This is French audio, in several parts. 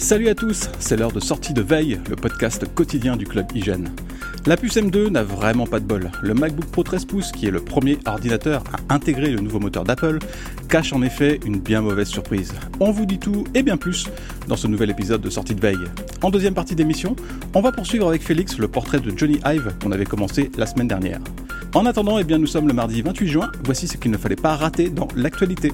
Salut à tous, c'est l'heure de Sortie de Veille, le podcast quotidien du Club Hygiène. La puce M2 n'a vraiment pas de bol. Le MacBook Pro 13 pouces, qui est le premier ordinateur à intégrer le nouveau moteur d'Apple, cache en effet une bien mauvaise surprise. On vous dit tout et bien plus dans ce nouvel épisode de Sortie de Veille. En deuxième partie d'émission, on va poursuivre avec Félix le portrait de Jony Ive qu'on avait commencé la semaine dernière. En attendant, nous sommes le mardi 28 juin, voici ce qu'il ne fallait pas rater dans l'actualité.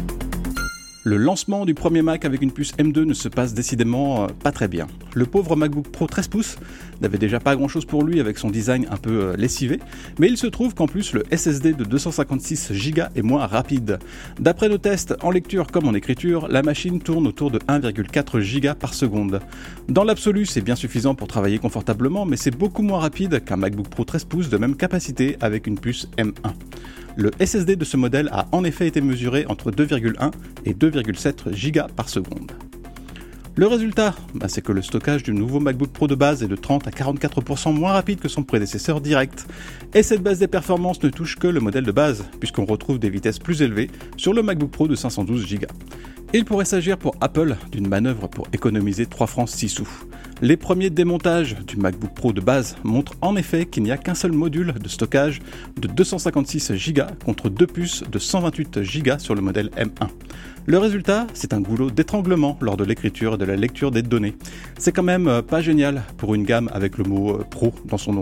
Le lancement du premier Mac avec une puce M2 ne se passe décidément pas très bien. Le pauvre MacBook Pro 13 pouces n'avait déjà pas grand chose pour lui avec son design un peu lessivé, mais il se trouve qu'en plus le SSD de 256 Go est moins rapide. D'après nos tests, en lecture comme en écriture, la machine tourne autour de 1,4 Go par seconde. Dans l'absolu, c'est bien suffisant pour travailler confortablement, mais c'est beaucoup moins rapide qu'un MacBook Pro 13 pouces de même capacité avec une puce M1. Le SSD de ce modèle a en effet été mesuré entre 2,1 et 2,7 Go par seconde. Le résultat, c'est que le stockage du nouveau MacBook Pro de base est de 30 à 44% moins rapide que son prédécesseur direct. Et cette baisse des performances ne touche que le modèle de base, puisqu'on retrouve des vitesses plus élevées sur le MacBook Pro de 512 Go. Il pourrait s'agir pour Apple d'une manœuvre pour économiser 3 francs 6 sous. Les premiers démontages du MacBook Pro de base montrent en effet qu'il n'y a qu'un seul module de stockage de 256 Go contre deux puces de 128 Go sur le modèle M1. Le résultat, c'est un goulot d'étranglement lors de l'écriture et de la lecture des données. C'est quand même pas génial pour une gamme avec le mot Pro dans son nom.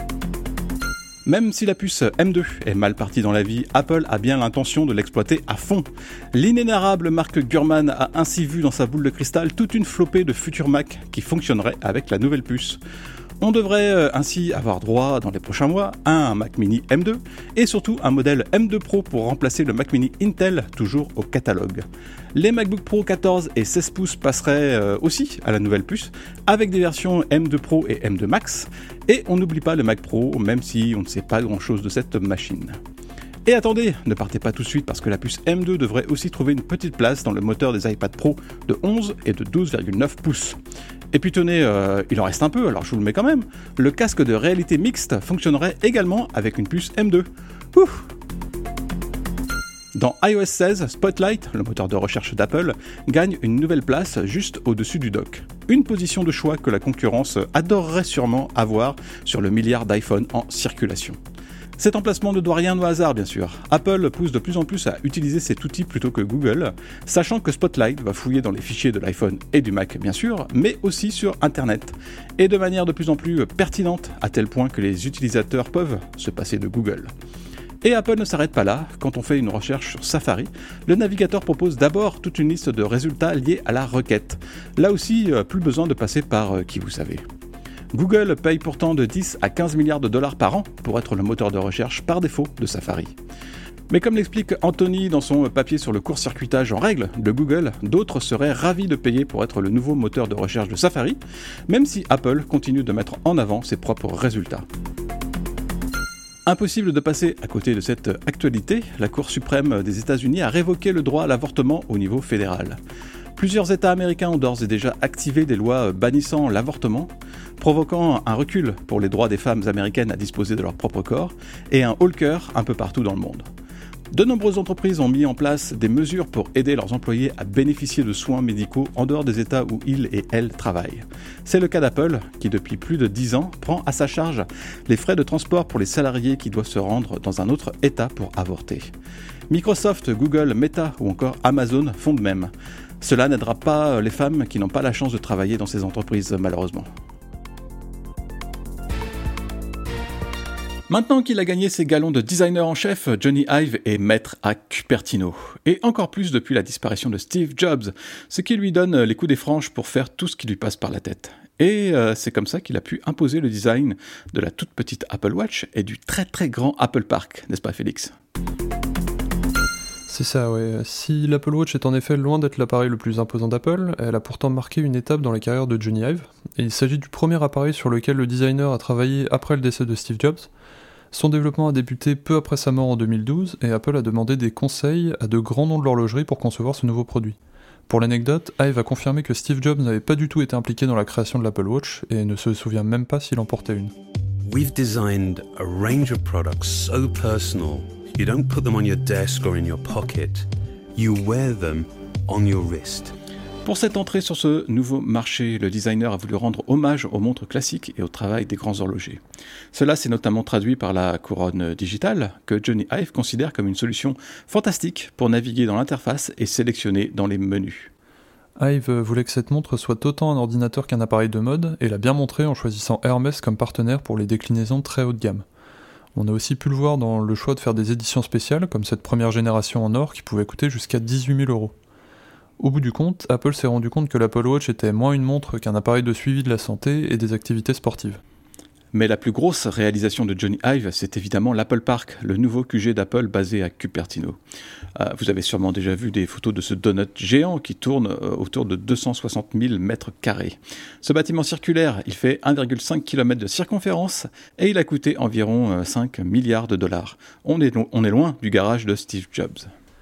Même si la puce M2 est mal partie dans la vie, Apple a bien l'intention de l'exploiter à fond. L'inénarrable Mark Gurman a ainsi vu dans sa boule de cristal toute une flopée de futurs Mac qui fonctionneraient avec la nouvelle puce. On devrait ainsi avoir droit dans les prochains mois à un Mac mini M2 et surtout un modèle M2 Pro pour remplacer le Mac mini Intel toujours au catalogue. Les MacBook Pro 14 et 16 pouces passeraient aussi à la nouvelle puce avec des versions M2 Pro et M2 Max et on n'oublie pas le Mac Pro même si on ne sait pas grand chose de cette machine. Et attendez, ne partez pas tout de suite parce que la puce M2 devrait aussi trouver une petite place dans le moteur des iPad Pro de 11 et de 12,9 pouces. Et puis tenez, il en reste un peu, alors je vous le mets quand même. Le casque de réalité mixte fonctionnerait également avec une puce M2. Ouf. Dans iOS 16, Spotlight, le moteur de recherche d'Apple, gagne une nouvelle place juste au-dessus du dock. Une position de choix que la concurrence adorerait sûrement avoir sur le milliard d'iPhone en circulation. Cet emplacement ne doit rien au hasard, bien sûr. Apple pousse de plus en plus à utiliser cet outil plutôt que Google, sachant que Spotlight va fouiller dans les fichiers de l'iPhone et du Mac, bien sûr, mais aussi sur Internet, et de manière de plus en plus pertinente, à tel point que les utilisateurs peuvent se passer de Google. Et Apple ne s'arrête pas là. Quand on fait une recherche sur Safari, le navigateur propose d'abord toute une liste de résultats liés à la requête. Là aussi, plus besoin de passer par qui vous savez. Google paye pourtant de 10 à 15 milliards de dollars par an pour être le moteur de recherche par défaut de Safari. Mais comme l'explique Anthony dans son papier sur le court-circuitage en règle de Google, d'autres seraient ravis de payer pour être le nouveau moteur de recherche de Safari, même si Apple continue de mettre en avant ses propres résultats. Impossible de passer à côté de cette actualité, la Cour suprême des États-Unis a révoqué le droit à l'avortement au niveau fédéral. Plusieurs États américains ont d'ores et déjà activé des lois bannissant l'avortement, provoquant un recul pour les droits des femmes américaines à disposer de leur propre corps et un haut le cœur un peu partout dans le monde. De nombreuses entreprises ont mis en place des mesures pour aider leurs employés à bénéficier de soins médicaux en dehors des États où ils et elles travaillent. C'est le cas d'Apple, qui depuis plus de 10 ans prend à sa charge les frais de transport pour les salariés qui doivent se rendre dans un autre État pour avorter. Microsoft, Google, Meta ou encore Amazon font de même. Cela n'aidera pas les femmes qui n'ont pas la chance de travailler dans ces entreprises, malheureusement. Maintenant qu'il a gagné ses galons de designer en chef, Jony Ive est maître à Cupertino. Et encore plus depuis la disparition de Steve Jobs, ce qui lui donne les coups des franches pour faire tout ce qui lui passe par la tête. Et c'est comme ça qu'il a pu imposer le design de la toute petite Apple Watch et du très très grand Apple Park, n'est-ce pas Félix ? C'est ça, ouais. Si l'Apple Watch est en effet loin d'être l'appareil le plus imposant d'Apple, elle a pourtant marqué une étape dans la carrière de Jony Ive. Et il s'agit du premier appareil sur lequel le designer a travaillé après le décès de Steve Jobs. Son développement a débuté peu après sa mort en 2012, et Apple a demandé des conseils à de grands noms de l'horlogerie pour concevoir ce nouveau produit. Pour l'anecdote, Ive a confirmé que Steve Jobs n'avait pas du tout été impliqué dans la création de l'Apple Watch, et ne se souvient même pas s'il en portait une. We've designed a range of products so personal, you don't put them on your desk or in your pocket, you wear them on your wrist. Pour cette entrée sur ce nouveau marché, le designer a voulu rendre hommage aux montres classiques et au travail des grands horlogers. Cela s'est notamment traduit par la couronne digitale, que Jony Ive considère comme une solution fantastique pour naviguer dans l'interface et sélectionner dans les menus. Ive voulait que cette montre soit autant un ordinateur qu'un appareil de mode, et l'a bien montré en choisissant Hermès comme partenaire pour les déclinaisons très haut de gamme. On a aussi pu le voir dans le choix de faire des éditions spéciales, comme cette première génération en or qui pouvait coûter jusqu'à 18 000 €. Au bout du compte, Apple s'est rendu compte que l'Apple Watch était moins une montre qu'un appareil de suivi de la santé et des activités sportives. Mais la plus grosse réalisation de Jony Ive, c'est évidemment l'Apple Park, le nouveau QG d'Apple basé à Cupertino. Vous avez sûrement déjà vu des photos de ce donut géant qui tourne autour de 260 000 mètres carrés. Ce bâtiment circulaire, il fait 1,5 km de circonférence et il a coûté environ 5 milliards de dollars. On est loin du garage de Steve Jobs.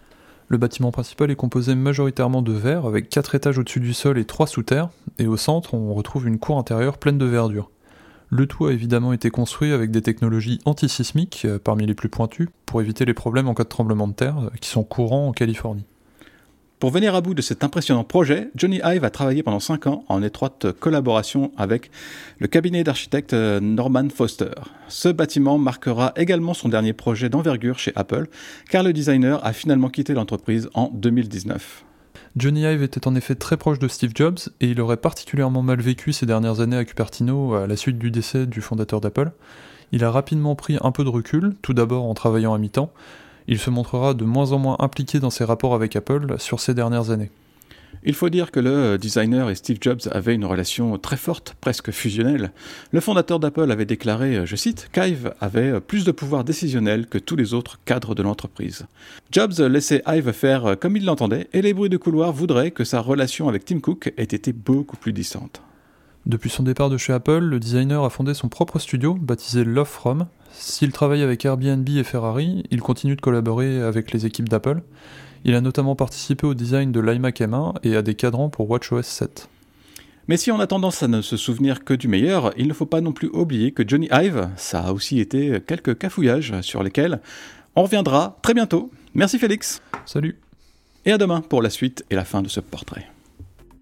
Le bâtiment principal est composé majoritairement de verre, avec 4 étages au-dessus du sol et 3 sous terre, et au centre, on retrouve une cour intérieure pleine de verdure. Le tout a évidemment été construit avec des technologies antisismiques, parmi les plus pointues, pour éviter les problèmes en cas de tremblement de terre, qui sont courants en Californie. Pour venir à bout de cet impressionnant projet, Jony Ive a travaillé pendant 5 ans en étroite collaboration avec le cabinet d'architecte Norman Foster. Ce bâtiment marquera également son dernier projet d'envergure chez Apple, car le designer a finalement quitté l'entreprise en 2019. Jony Ive était en effet très proche de Steve Jobs, et il aurait particulièrement mal vécu ces dernières années à Cupertino à la suite du décès du fondateur d'Apple. Il a rapidement pris un peu de recul, tout d'abord en travaillant à mi-temps. Il se montrera de moins en moins impliqué dans ses rapports avec Apple sur ces dernières années. Il faut dire que le designer et Steve Jobs avaient une relation très forte, presque fusionnelle. Le fondateur d'Apple avait déclaré, je cite, qu'Ive avait plus de pouvoir décisionnel que tous les autres cadres de l'entreprise. Jobs laissait Ive faire comme il l'entendait, et les bruits de couloir voudraient que sa relation avec Tim Cook ait été beaucoup plus distante. Depuis son départ de chez Apple, le designer a fondé son propre studio, baptisé Love From. S'il travaille avec Airbnb et Ferrari, il continue de collaborer avec les équipes d'Apple. Il a notamment participé au design de l'iMac M1 et à des cadrans pour WatchOS 7. Mais si on a tendance à ne se souvenir que du meilleur, il ne faut pas non plus oublier que Jony Ive, ça a aussi été quelques cafouillages sur lesquels on reviendra très bientôt. Merci Félix. Salut. Et à demain pour la suite et la fin de ce portrait.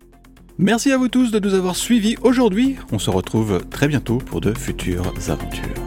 Merci à vous tous de nous avoir suivis aujourd'hui. On se retrouve très bientôt pour de futures aventures.